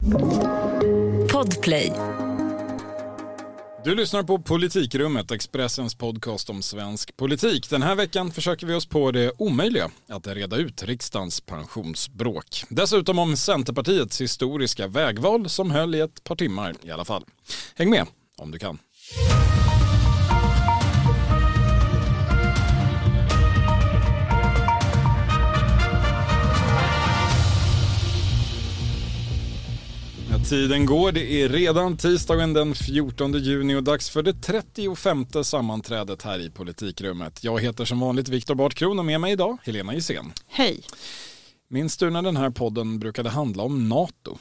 Podplay. Du lyssnar på Politikrummet, Expressens podcast om svensk politik. Den här veckan försöker vi oss på det omöjliga, att reda ut riksdagens pensionsbråk. Dessutom om Centerpartiets historiska vägval som höll i ett par timmar i alla fall. Häng med om du kan. Tiden går, det är redan tisdagen den 14 juni och dags för det 35:e sammanträdet här i Politikrummet. Jag heter som vanligt Viktor Bartkron och med mig idag Helena Gissén. Hej. Minns du när den här podden brukade handla om NATO?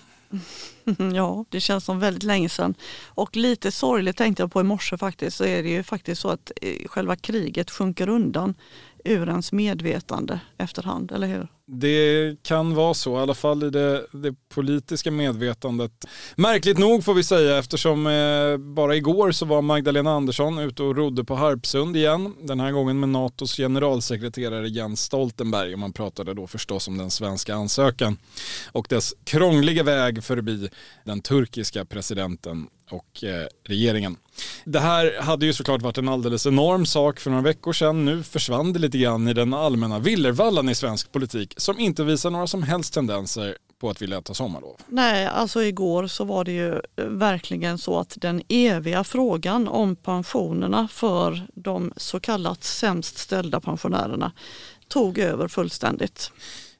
Ja, det känns som väldigt länge sedan. Och lite sorgligt tänkte jag på i morse faktiskt, så är det ju faktiskt så att själva kriget sjunker undan ur ens medvetande efterhand, eller hur? Det kan vara så, i alla fall i det politiska medvetandet. Märkligt nog får vi säga, eftersom bara igår så var Magdalena Andersson ute och rodde på Harpsund igen. Den här gången med NATOs generalsekreterare Jens Stoltenberg, och man pratade då förstås om den svenska ansökan och dess krångliga väg förbi den turkiska presidenten och regeringen. Det här hade ju såklart varit en alldeles enorm sak för några veckor sedan. Nu försvann det lite grann i den allmänna villervallan i svensk politik som inte visar några som helst tendenser på att vilja ta sommarlov. Nej, alltså igår så var det ju verkligen så att den eviga frågan om pensionerna för de så kallat sämst ställda pensionärerna tog över fullständigt.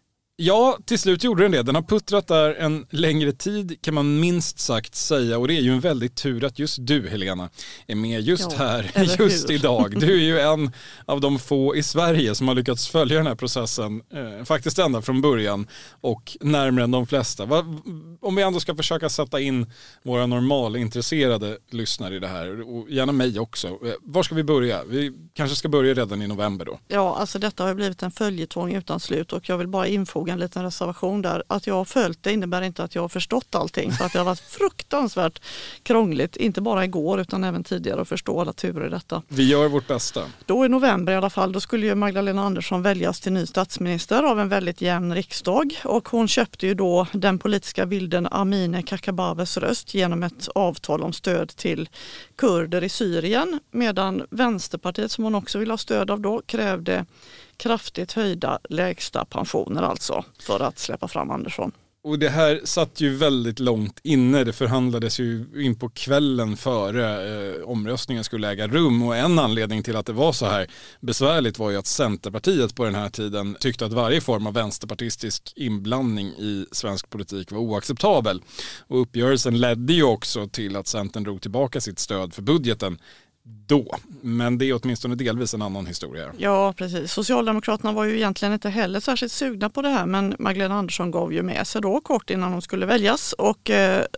Ja, till slut gjorde den det. Den har puttrat där en längre tid kan man minst sagt säga, och det är ju en väldigt tur att just du, Helena, är med just här, just idag. Du är ju en av de få i Sverige som har lyckats följa den här processen faktiskt ända från början och närmare än de flesta. Om vi ändå ska försöka sätta in våra normalintresserade lyssnare i det här, och gärna mig också. Var ska vi börja? Vi kanske ska börja redan i november då. Ja, alltså detta har ju blivit en följetong utan slut, och jag vill bara infoga en liten reservation där. Att jag har följt det innebär inte att jag har förstått allting, för att det har varit fruktansvärt krångligt, inte bara igår utan även tidigare, att förstå alla turer i detta. Vi gör vårt bästa. Då i november i alla fall, då skulle ju Magdalena Andersson väljas till ny statsminister av en väldigt jämn riksdag, och hon köpte ju då den politiska vilden Amineh Kakabavehs röst genom ett avtal om stöd till kurder i Syrien, medan Vänsterpartiet, som hon också vill ha stöd av då, krävde kraftigt höjda lägsta pensioner alltså för att släppa fram Andersson. Och det här satt ju väldigt långt inne. Det förhandlades ju in på kvällen före omröstningen skulle äga rum. Och en anledning till att det var så här besvärligt var ju att Centerpartiet på den här tiden tyckte att varje form av vänsterpartistisk inblandning i svensk politik var oacceptabel. Och uppgörelsen ledde ju också till att Centern drog tillbaka sitt stöd för budgeten då. Men det är åtminstone delvis en annan historia. Ja, precis. Socialdemokraterna var ju egentligen inte heller särskilt sugna på det här, men Magdalena Andersson gav ju med sig då kort innan hon skulle väljas, och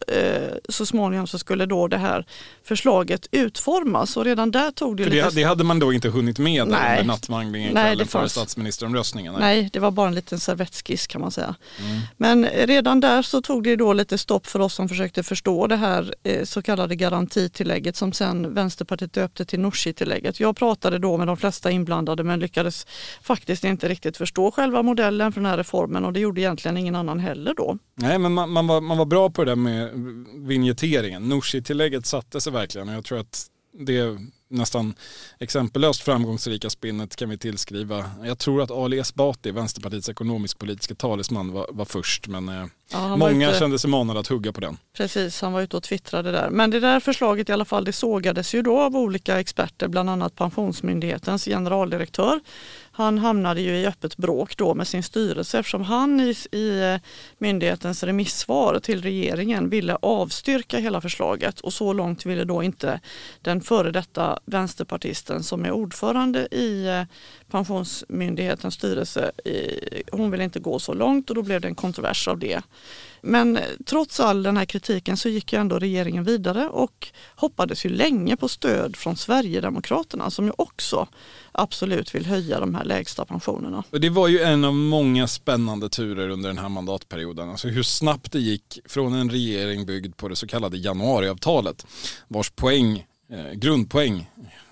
så småningom så skulle då det här förslaget utformas, och redan där tog det lite... Det hade man då inte hunnit med under nattmanglingen kvällen före statsministeromröstningen. Nej, det var bara en liten servettskiss kan man säga. Men redan där så tog det då lite stopp för oss som försökte förstå det här så kallade garantitillägget som sen Vänsterpartiet döpte till Nooshi-tillägget. Jag pratade då med de flesta inblandade, men lyckades faktiskt inte riktigt förstå själva modellen för den här reformen, och det gjorde egentligen ingen annan heller då. Nej, men man var bra på det där med vignetteringen. Nooshi-tillägget satte sig verkligen, och jag tror att det nästan exempellöst framgångsrika spinnet kan vi tillskriva. Jag tror att Ali Esbati, Vänsterpartiets ekonomisk-politiska talesman, var först, men många kände sig manade att hugga på den. Precis, han var ute och twittrade där. Men det där förslaget i alla fall, det sågades ju då av olika experter, bland annat Pensionsmyndighetens generaldirektör. Han hamnade ju i öppet bråk då med sin styrelse, eftersom han i myndighetens remissvar till regeringen ville avstyrka hela förslaget, och så långt ville då inte den före detta vänsterpartisten som är ordförande i Pensionsmyndighetens styrelse, hon ville inte gå så långt, och då blev det en kontrovers av det. Men trots all den här kritiken så gick ju ändå regeringen vidare och hoppades ju länge på stöd från Sverigedemokraterna, som ju också absolut vill höja de här lägsta pensionerna. Och det var ju en av många spännande turer under den här mandatperioden. Alltså hur snabbt det gick från en regering byggd på det så kallade januariavtalet, vars grundpoäng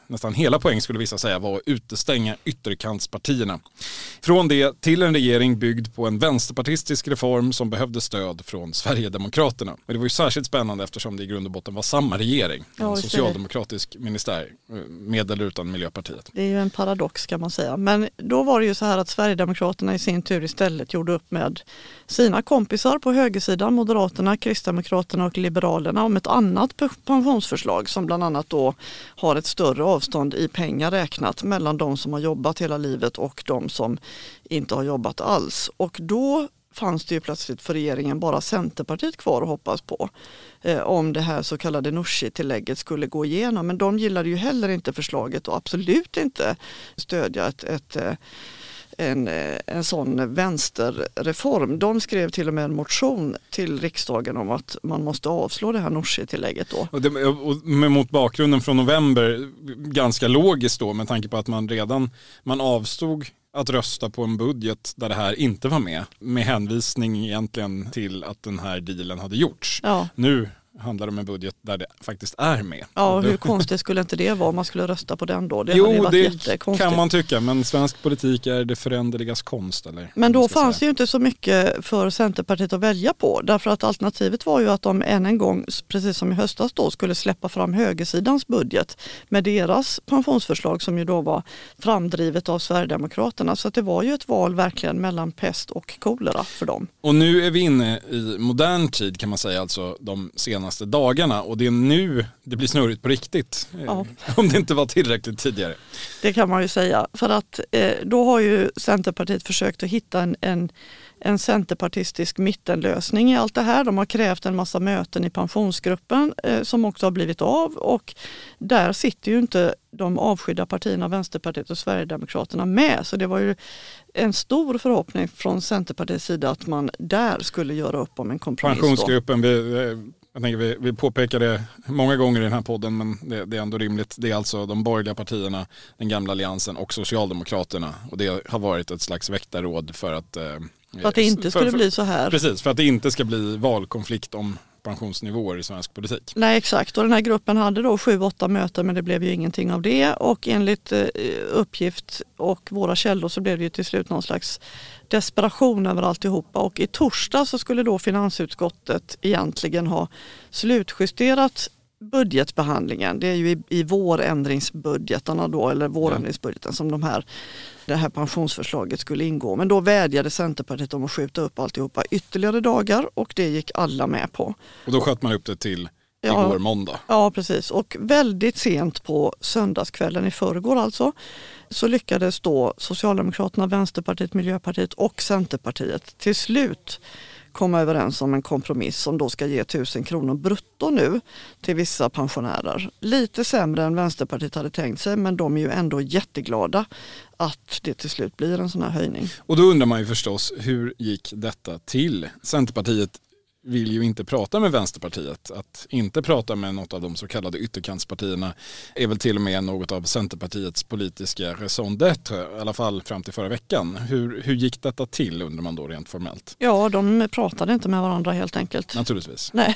nästan hela poäng skulle vissa säga, var att utestänga ytterkantspartierna. Från det till en regering byggd på en vänsterpartistisk reform som behövde stöd från Sverigedemokraterna. Men det var ju särskilt spännande eftersom det i grund och botten var samma regering. En socialdemokratisk ministär, med eller utan Miljöpartiet. Det är ju en paradox kan man säga. Men då var det ju så här att Sverigedemokraterna i sin tur istället gjorde upp med sina kompisar på högersidan, Moderaterna, Kristdemokraterna och Liberalerna, om ett annat pensionsförslag som bland annat då har ett större avstånd i pengar räknat mellan de som har jobbat hela livet och de som inte har jobbat alls. Och då fanns det ju plötsligt för regeringen bara Centerpartiet kvar att hoppas på om det här så kallade Nooshi-tillägget skulle gå igenom. Men de gillade ju heller inte förslaget och absolut inte stödja en sån vänsterreform. De skrev till och med en motion till riksdagen om att man måste avslå det här Nooshi-tillägget då. Och mot bakgrunden från november, ganska logiskt då, med tanke på att man avstod att rösta på en budget där det här inte var med hänvisning egentligen till att den här dealen hade gjorts. Ja. Nu handlar det om en budget där det faktiskt är med. Ja, hur konstigt skulle inte det vara om man skulle rösta på den då? Det hade ju varit jättekonstigt. Kan man tycka, men svensk politik är det föränderligas konst. Eller men då fanns det ju inte så mycket för Centerpartiet att välja på. Därför att alternativet var ju att de än en gång, precis som i höstas då, skulle släppa fram högersidans budget med deras pensionsförslag som ju då var framdrivet av Sverigedemokraterna. Så att det var ju ett val verkligen mellan pest och kolera för dem. Och nu är vi inne i modern tid kan man säga, alltså de senaste dagarna, och det är nu det blir snurrigt på riktigt. Ja. Om det inte var tillräckligt tidigare. Det kan man ju säga, för att då har ju Centerpartiet försökt att hitta en centerpartistisk mittenlösning i allt det här. De har krävt en massa möten i pensionsgruppen som också har blivit av, och där sitter ju inte de avskydda partierna Vänsterpartiet och Sverigedemokraterna med. Så det var ju en stor förhoppning från Centerpartiets sida att man där skulle göra upp om en kompromiss. Pensionsgruppen, jag tänker vi påpekar det många gånger i den här podden, men det är ändå rimligt. Det är alltså de borgerliga partierna, den gamla alliansen och Socialdemokraterna, och det har varit ett slags väktarråd för att det inte skulle bli så här. Precis, för att det inte ska bli valkonflikt om pensionsnivåer i svensk politik. Nej, exakt. Och den här gruppen hade då 7-8 möten, men det blev ju ingenting av det. Och enligt uppgift och våra källor så blev det ju till slut någon slags desperation över alltihopa. Och i torsdag så skulle då finansutskottet egentligen ha slutjusterat budgetbehandlingen. Det är ju i vårändringsbudgetarna då, eller vårändringsbudgeten som det här pensionsförslaget skulle ingå. Men då vädjade Centerpartiet om att skjuta upp alltihopa ytterligare dagar, och det gick alla med på. Och då sköt man upp det till igår måndag. Ja, precis. Och väldigt sent på söndagskvällen i förrgår alltså, så lyckades då Socialdemokraterna, Vänsterpartiet, Miljöpartiet och Centerpartiet till slut komma överens om en kompromiss som då ska ge 1000 kronor brutto nu till vissa pensionärer. Lite sämre än Vänsterpartiet hade tänkt sig, men de är ju ändå jätteglada att det till slut blir en sån här höjning. Och då undrar man ju förstås, hur gick detta till? Centerpartiet vill ju inte prata med Vänsterpartiet. Att inte prata med något av de så kallade ytterkantspartierna är väl till och med något av Centerpartiets politiska raison d'être, i alla fall fram till förra veckan. Hur gick detta till, undrar man då rent formellt? Ja, de pratade inte med varandra helt enkelt. Naturligtvis. Nej,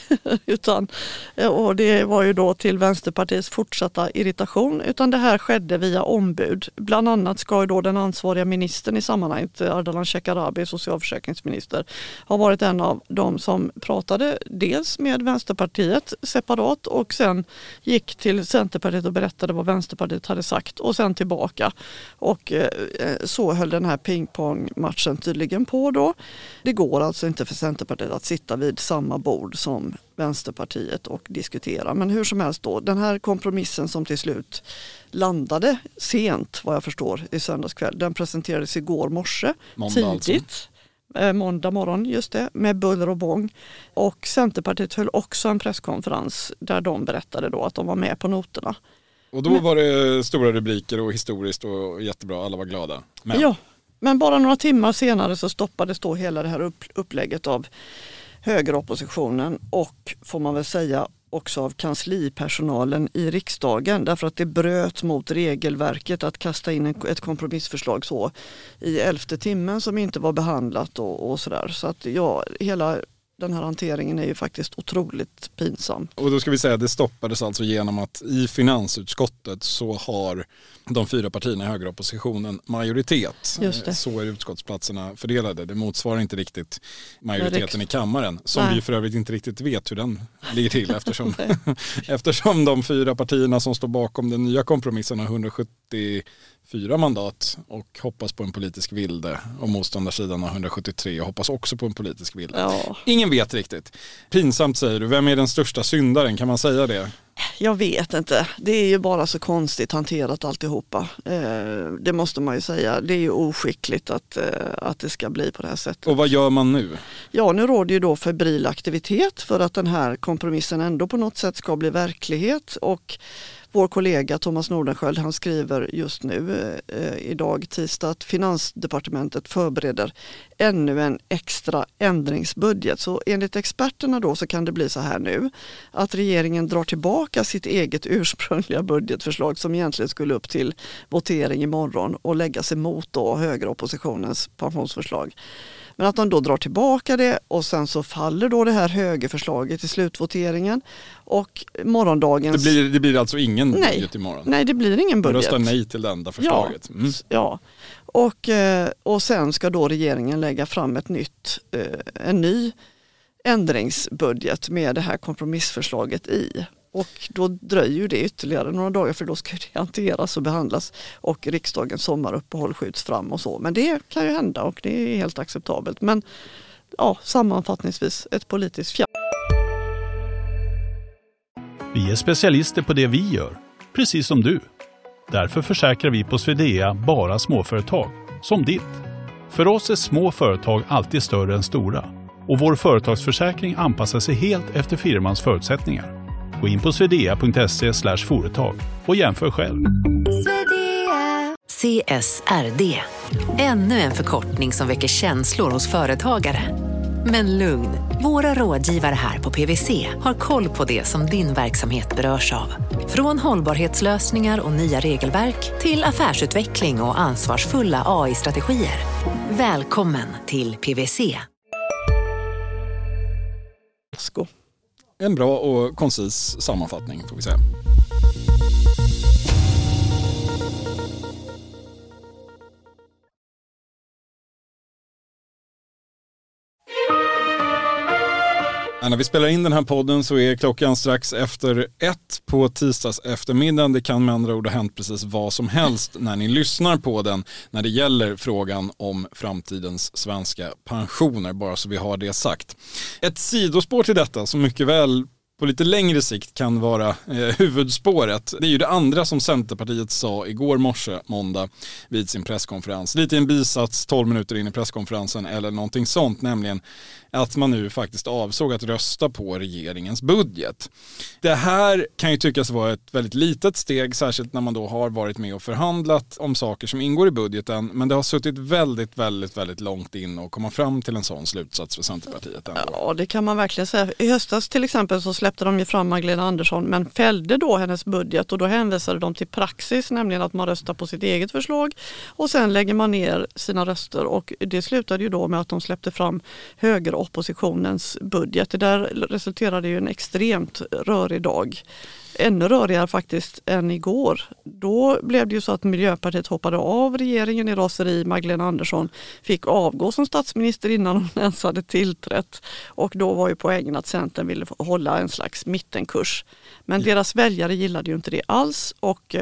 och det var ju då till Vänsterpartiets fortsatta irritation, utan det här skedde via ombud. Bland annat ska ju då den ansvariga ministern i sammanhanget, Ardalan Shekarabi, socialförsäkringsminister, ha varit en av de som pratade dels med Vänsterpartiet separat och sen gick till Centerpartiet och berättade vad Vänsterpartiet hade sagt och sen tillbaka. Och så höll den här pingpongmatchen tydligen på då. Det går alltså inte för Centerpartiet att sitta vid samma bord som Vänsterpartiet och diskutera. Men hur som helst då, den här kompromissen som till slut landade sent, vad jag förstår, i söndagskväll, den presenterades igår morse, måndag tidigt. Alltså. Måndag morgon, just det, med buller och bång. Och Centerpartiet höll också en presskonferens där de berättade då att de var med på noterna. Och då var det stora rubriker och historiskt och jättebra, alla var glada. Men bara några timmar senare så stoppades då hela det här upplägget av högeroppositionen och, får man väl säga, också av kanslipersonalen i riksdagen, därför att det bröt mot regelverket att kasta in ett kompromissförslag så i 11:e timmen som inte var behandlat och sådär. Så att hela Den här hanteringen är ju faktiskt otroligt pinsam. Och då ska vi säga att det stoppades alltså genom att i finansutskottet så har de 4 partierna i högeroppositionen majoritet. Just det. Så är utskottsplatserna fördelade. Det motsvarar inte riktigt majoriteten i kammaren, som vi för övrigt inte riktigt vet hur den ligger till eftersom de 4 partierna som står bakom den nya kompromissen har 174 mandat och hoppas på en politisk vilde, och motståndarsidan har 173 och hoppas också på en politisk vilde. Ja. Ingen vet riktigt. Pinsamt säger du. Vem är den största syndaren? Kan man säga det? Jag vet inte. Det är ju bara så konstigt hanterat alltihopa. Det måste man ju säga. Det är ju oskickligt att det ska bli på det här sättet. Och vad gör man nu? Ja, nu råder ju då febril aktivitet för att den här kompromissen ändå på något sätt ska bli verklighet, och vår kollega Thomas Nordenskjöld, han skriver just nu idag tisdag att Finansdepartementet förbereder ännu en extra ändringsbudget. Så enligt experterna då så kan det bli så här nu att regeringen drar tillbaka sitt eget ursprungliga budgetförslag som egentligen skulle upp till votering imorgon och lägga sig mot då högeroppositionens pensionsförslag. Men att de då drar tillbaka det och sen så faller då det här högerförslaget i slutvoteringen, och morgondagens... Det blir alltså ingen budget imorgon? Nej, det blir ingen budget. Röstar nej till det enda förslaget. Ja. Och sen ska då regeringen lägga fram en ny ändringsbudget med det här kompromissförslaget i. Och då dröjer ju det ytterligare några dagar, för då ska det hanteras och behandlas och riksdagens sommaruppehåll skjuts fram och så. Men det kan ju hända och det är helt acceptabelt. Men ja, sammanfattningsvis ett politiskt fjär. Vi är specialister på det vi gör, precis som du. Därför försäkrar vi på Swedea bara småföretag, som ditt. För oss är små företag alltid större än stora. Och vår företagsförsäkring anpassar sig helt efter firmans förutsättningar. Gå in på swedea.se/företag och jämför själv. CSRD. Ännu en förkortning som väcker känslor hos företagare. Men lugn, våra rådgivare här på PwC har koll på det som din verksamhet berörs av. Från hållbarhetslösningar och nya regelverk till affärsutveckling och ansvarsfulla AI-strategier. Välkommen till PwC. En bra och koncis sammanfattning får vi säga. När vi spelar in den här podden så är klockan strax efter 1 på tisdags eftermiddagen. Det kan med andra ord ha hänt precis vad som helst när ni lyssnar på den när det gäller frågan om framtidens svenska pensioner, bara så vi har det sagt. Ett sidospår till detta som mycket väl på lite längre sikt kan vara huvudspåret. Det är ju det andra som Centerpartiet sa igår morse, måndag, vid sin presskonferens. Lite i en bisats 12 minuter in i presskonferensen eller någonting sånt, nämligen att man nu faktiskt avsåg att rösta på regeringens budget. Det här kan ju tyckas vara ett väldigt litet steg, särskilt när man då har varit med och förhandlat om saker som ingår i budgeten, men det har suttit väldigt långt in och komma fram till en sån slutsats för Centerpartiet ändå. Ja, det kan man verkligen säga. I höstas till exempel så släppte de ju fram Magdalena Andersson, men fällde då hennes budget, och då hänvisade de till praxis, nämligen att man röstar på sitt eget förslag och sen lägger man ner sina röster, och det slutade ju då med att de släppte fram högeroppositionens budget. Det där resulterade ju en extremt rörig dag. Ännu rörigare faktiskt än igår. Då blev det ju så att Miljöpartiet hoppade av regeringen i raseri. Magdalena Andersson fick avgå som statsminister innan hon ens hade tillträtt. Och då var ju poängen att Centern ville hålla en slags mittenkurs. Men deras väljare gillade ju inte det alls, och,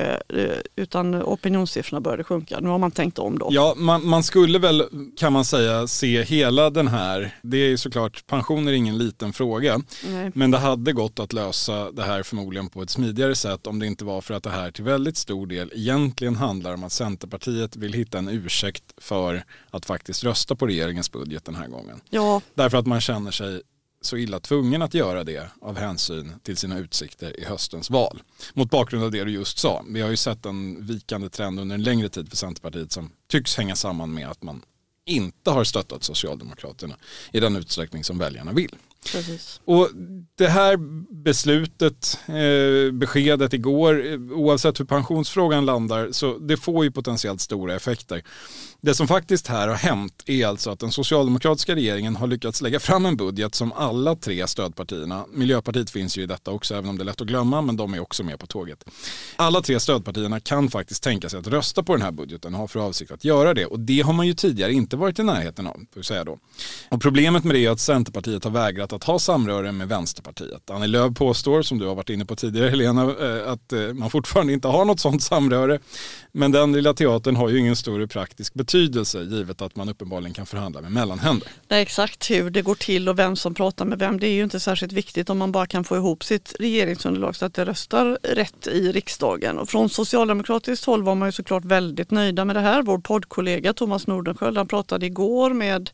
utan opinionssiffrorna började sjunka. Nu har man tänkt om då. Ja, man skulle väl, kan man säga, se hela den här. Det är ju såklart, pensioner är ingen liten fråga. Nej. Men det hade gått att lösa det här förmodligen på ett smidigare sätt om det inte var för att det här till väldigt stor del egentligen handlar om att Centerpartiet vill hitta en ursäkt för att faktiskt rösta på regeringens budget den här gången. Ja. Därför att man känner sig så illa tvungen att göra det av hänsyn till sina utsikter i höstens val. Mot bakgrund av det du just sa. Vi har ju sett en vikande trend under en längre tid för Centerpartiet som tycks hänga samman med att man inte har stöttat Socialdemokraterna i den utsträckning som väljarna vill. Precis. Och det här beslutet, beskedet igår, oavsett hur pensionsfrågan landar, så det får ju potentiellt stora effekter. Det som faktiskt här har hänt är alltså att den socialdemokratiska regeringen har lyckats lägga fram en budget som alla tre stödpartierna, Miljöpartiet finns ju i detta också även om det är lätt att glömma, men de är också med på tåget. Alla tre stödpartierna kan faktiskt tänka sig att rösta på den här budgeten och har för avsikt att göra det, och det har man ju tidigare inte varit i närheten av, för att säga då. Och problemet med det är att Centerpartiet har vägrat att ha samröre med Vänsterpartiet. Annie Lööf påstår, som du har varit inne på tidigare Helena, att man fortfarande inte har något sånt samröre, men den lilla teatern har ju ingen större praktisk betydelse givet att man uppenbarligen kan förhandla med mellanhänder. Nej, exakt hur det går till och vem som pratar med vem, det är ju inte särskilt viktigt om man bara kan få ihop sitt regeringsunderlag så att det röstar rätt i riksdagen. Och från socialdemokratiskt håll var man ju såklart väldigt nöjda med det här. Vår poddkollega Thomas Nordenskjöld, han pratade igår med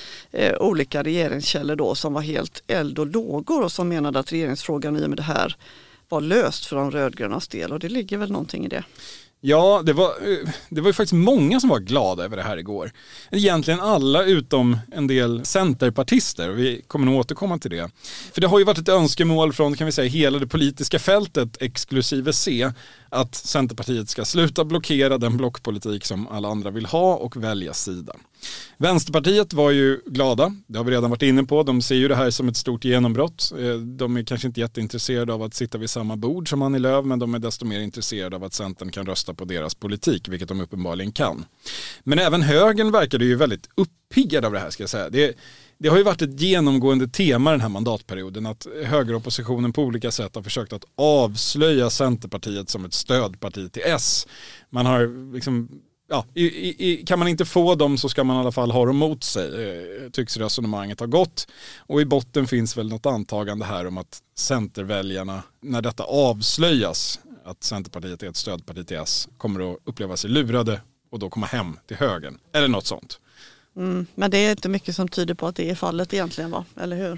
olika regeringskällor då som var helt eld och lågor och som menade att regeringsfrågan i och med det här var löst för de rödgrönas del, och det ligger väl någonting i det. Ja, det var ju faktiskt många som var glada över det här igår. Egentligen alla utom en del centerpartister, och vi kommer nog återkomma till det. För det har ju varit ett önskemål från, kan vi säga, hela det politiska fältet exklusive C, att Centerpartiet ska sluta blockera den blockpolitik som alla andra vill ha och välja sida. Vänsterpartiet var ju glada, det har vi redan varit inne på. De ser ju det här som ett stort genombrott. De är kanske inte jätteintresserade av att sitta vid samma bord som Annie Lööf, men de är desto mer intresserade av att Centern kan rösta på deras politik, vilket de uppenbarligen kan. Men även högern verkade ju väldigt uppiggad av det här, ska jag säga. Det har ju varit ett genomgående tema den här mandatperioden att högeroppositionen på olika sätt har försökt att avslöja Centerpartiet som ett stödparti till S. Man har liksom... Ja, kan man inte få dem så ska man i alla fall ha dem mot sig, tycks resonemanget ha gått. Och i botten finns väl något antagande här om att centerväljarna, när detta avslöjas, att Centerpartiet är ett stödparti till S, kommer att uppleva sig lurade och då komma hem till högern. Eller något sånt. Men det är inte mycket som tyder på att det är fallet egentligen, va? Eller hur?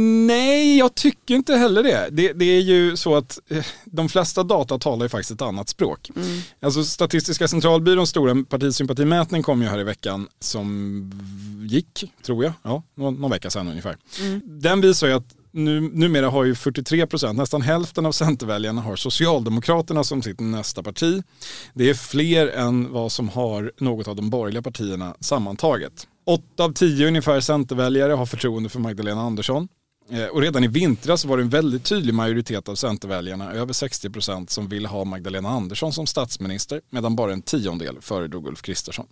Nej, jag tycker inte heller det. Det är ju så att de flesta data talar ju faktiskt ett annat språk. Alltså Statistiska centralbyråns stora partisympatimätning kom ju här i veckan som gick, tror jag, någon vecka sedan ungefär. Den visar ju att numera har ju 43%, nästan hälften av centerväljarna har Socialdemokraterna som sitt nästa parti. Det är fler än vad som har något av de borgerliga partierna sammantaget. 8 av 10 ungefär centerväljare har förtroende för Magdalena Andersson. Och redan i vintras var det en väldigt tydlig majoritet av centerväljarna, över 60%, som vill ha Magdalena Andersson som statsminister, medan bara en 10% föredrog Ulf Kristersson.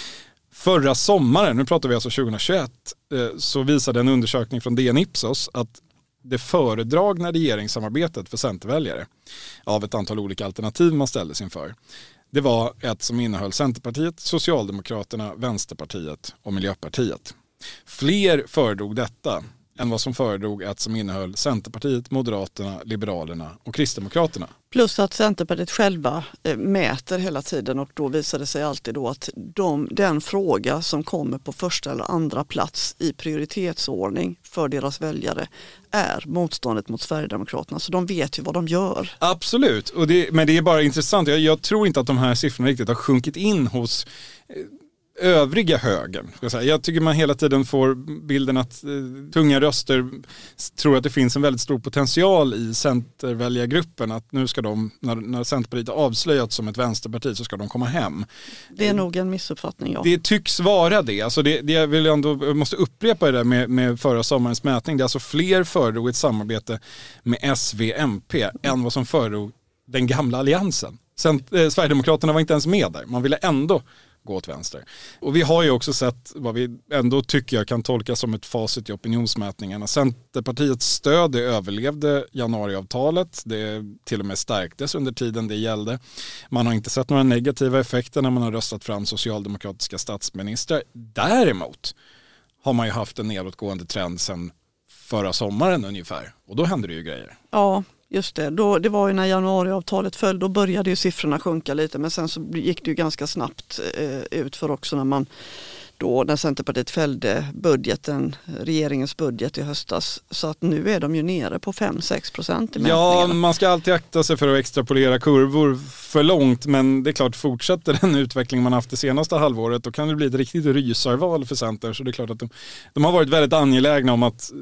Förra sommaren, nu pratar vi alltså 2021, så visade en undersökning från DN Ipsos att det föredragna regeringssamarbetet för centerväljare av ett antal olika alternativ man ställdes inför, det var ett som innehöll Centerpartiet, Socialdemokraterna, Vänsterpartiet och Miljöpartiet. Fler föredrog detta än vad som föredrog ett som innehöll Centerpartiet, Moderaterna, Liberalerna och Kristdemokraterna. Plus att Centerpartiet själva mäter hela tiden, och då visar det sig alltid då att den fråga som kommer på första eller andra plats i prioritetsordning för deras väljare är motståndet mot Sverigedemokraterna. Så de vet ju vad de gör. Absolut, men det är bara intressant. Jag tror inte att de här siffrorna riktigt har sjunkit in hos övriga högern. Jag tycker man hela tiden får bilden att tunga röster tror att det finns en väldigt stor potential i centerväljargruppen, att nu ska de, när Centerpartiet avslöjat som ett vänsterparti, så ska de komma hem. Det är nog en missuppfattning, ja. Det tycks vara det. Alltså jag måste upprepa det där med förra sommarens mätning. Det är alltså fler föredrog ett samarbete med SV-MP än vad som föredrog den gamla alliansen. Sverigedemokraterna var inte ens med där. Man ville ändå gå åt vänster. Och vi har ju också sett vad vi ändå tycker jag kan tolka som ett facit i opinionsmätningarna. Centerpartiets stöd, det överlevde januariavtalet. Det till och med stärktes under tiden det gällde. Man har inte sett några negativa effekter när man har röstat fram socialdemokratiska statsministrar. Däremot har man ju haft en nedåtgående trend sedan förra sommaren ungefär. Och då händer det ju grejer. Ja, just det. Det var ju när januariavtalet föll, då började ju siffrorna sjunka lite, men sen så gick det ju ganska snabbt ut för också när Centerpartiet fällde regeringens budget i höstas. Så att nu är de ju nere på 5-6% i mätningarna. Ja, man ska alltid akta sig för att extrapolera kurvor för långt, men det är klart, fortsätter den utveckling man haft det senaste halvåret, då kan det bli ett riktigt rysarval för Center. Så det är klart att de har varit väldigt angelägna om att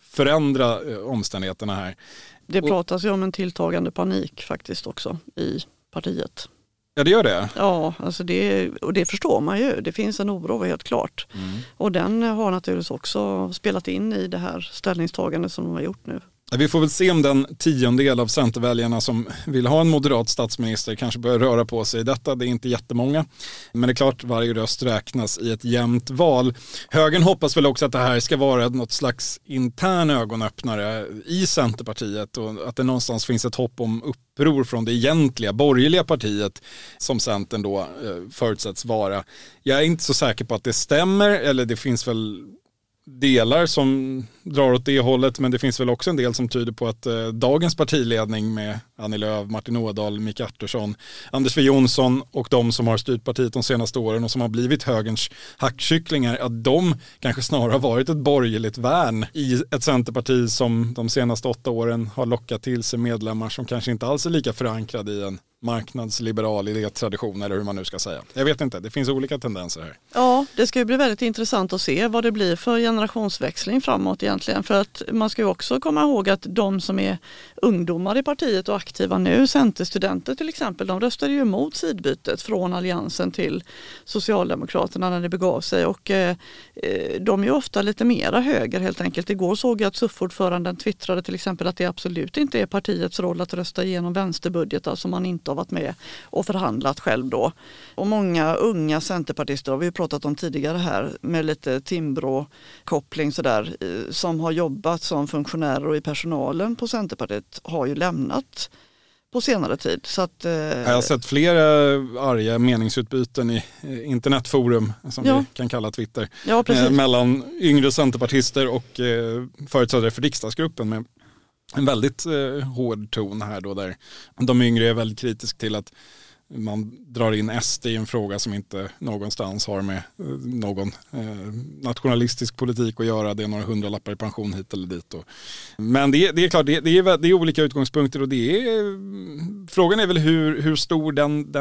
förändra omständigheterna här. Det pratas ju om en tilltagande panik faktiskt också i partiet. Ja, det gör det. Ja, alltså det förstår man ju. Det finns en oro helt klart. Och den har naturligtvis också spelat in i det här ställningstagandet som de har gjort nu. Vi får väl se om den 10% av centerväljarna som vill ha en moderat statsminister kanske börjar röra på sig i detta. Det är inte jättemånga. Men det är klart, varje röst räknas i ett jämnt val. Högern hoppas väl också att det här ska vara något slags intern ögonöppnare i Centerpartiet och att det någonstans finns ett hopp om uppror från det egentliga borgerliga partiet som Centern då förutsätts vara. Jag är inte så säker på att det stämmer, eller det finns väl delar som drar åt det hållet, men det finns väl också en del som tyder på att dagens partiledning med Annie Lööf, Martin Ådahl, Micke Artursson, Anders W. Jonsson och de som har styrt partiet de senaste åren och som har blivit högerns hackkycklingar, att de kanske snarare har varit ett borgerligt värn i ett Centerparti som de senaste 8 åren har lockat till sig medlemmar som kanske inte alls är lika förankrade i en marknadsliberal idétradition, eller hur man nu ska säga. Jag vet inte, det finns olika tendenser här. Ja, det ska ju bli väldigt intressant att se vad det blir för generationsväxling framåt egentligen. För att man ska ju också komma ihåg att de som är ungdomar i partiet och aktiva nu, centerstudenter till exempel, de röstade ju emot sidbytet från Alliansen till Socialdemokraterna när det begav sig. Och de är ju ofta lite mera höger helt enkelt. Igår såg jag att SUF-ordföranden twittrade till exempel att det absolut inte är partiets roll att rösta igenom vänsterbudgetar som man inte har varit med och förhandlat själv då. Och många unga centerpartister har vi ju pratat om tidigare här med lite Timbro-koppling sådär, som har jobbat som funktionärer och i personalen på Centerpartiet har ju lämnat på senare tid. Så att, jag har sett flera arga meningsutbyten i internetforum som vi kan kalla Twitter. Ja, mellan yngre centerpartister och företrädare för riksdagsgruppen med en väldigt hård ton här då, där de yngre är väldigt kritiska till att man drar in SD i en fråga som inte någonstans har med någon nationalistisk politik att göra. Det är några 100-lappar i pension hit eller dit. Men det är klart, det är olika utgångspunkter, och frågan är väl hur stor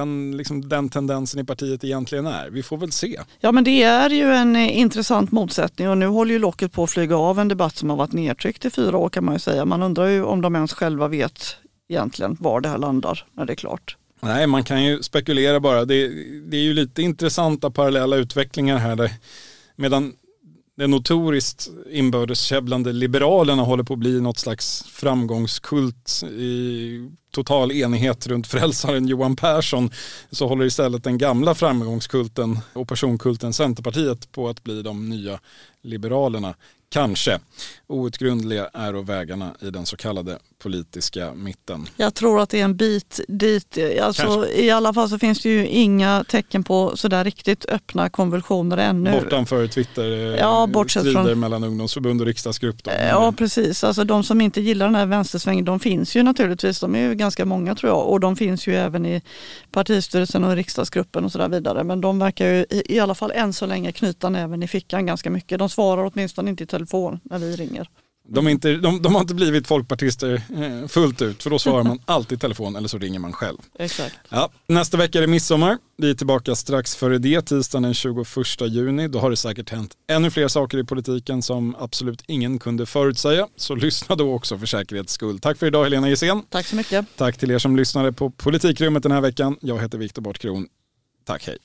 den tendensen i partiet egentligen är. Vi får väl se. Ja, men det är ju en intressant motsättning, och nu håller ju locket på att flyga av en debatt som har varit nedtryckt i 4 år kan man ju säga. Man undrar ju om de ens själva vet egentligen var det här landar när det är klart. Nej, man kan ju spekulera bara. Det är ju lite intressanta parallella utvecklingar här där, medan den notoriskt inbördeskäbblande Liberalerna håller på att bli något slags framgångskult i total enighet runt frälsaren Johan Persson, så håller istället den gamla framgångskulten och personkulten Centerpartiet på att bli de nya Liberalerna. Kanske. Outgrundliga är och vägarna i den så kallade politiska mitten. Jag tror att det är en bit dit. Alltså, i alla fall så finns det ju inga tecken på sådär riktigt öppna konvulsioner ännu. Bortanför Twitter strider mellan ungdomsförbund och riksdagsgrupp. Ja, precis. Alltså, de som inte gillar den här vänstersvängen, de finns ju naturligtvis. De är ju ganska många tror jag. Och de finns ju även i partistyrelsen och riksdagsgruppen och sådär vidare. Men de verkar ju i alla fall än så länge knyta näven i fickan ganska mycket. De svarar åtminstone inte i telefon när vi ringer. De har inte blivit folkpartister fullt ut, för då svarar man alltid i telefon eller så ringer man själv. Exakt. Ja, nästa vecka är det midsommar. Vi är tillbaka strax före det, tisdagen den 21 juni. Då har det säkert hänt ännu fler saker i politiken som absolut ingen kunde förutsäga. Så lyssna då också för säkerhets skull. Tack för idag, Helena Gissén. Tack så mycket. Tack till er som lyssnade på Politikrummet den här veckan. Jag heter Viktor Bortkron. Tack, hej.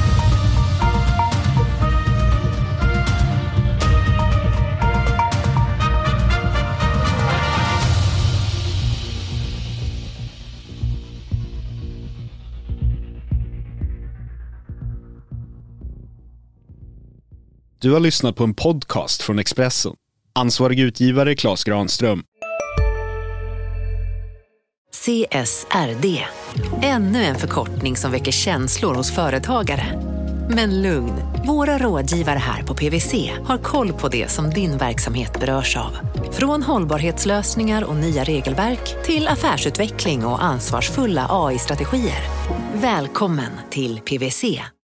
Du har lyssnat på en podcast från Expressen. Ansvarig utgivare Claes Granström. CSRD. Ännu en förkortning som väcker känslor hos företagare. Men lugn, våra rådgivare här på PwC har koll på det som din verksamhet berörs av. Från hållbarhetslösningar och nya regelverk till affärsutveckling och ansvarsfulla AI-strategier. Välkommen till PwC.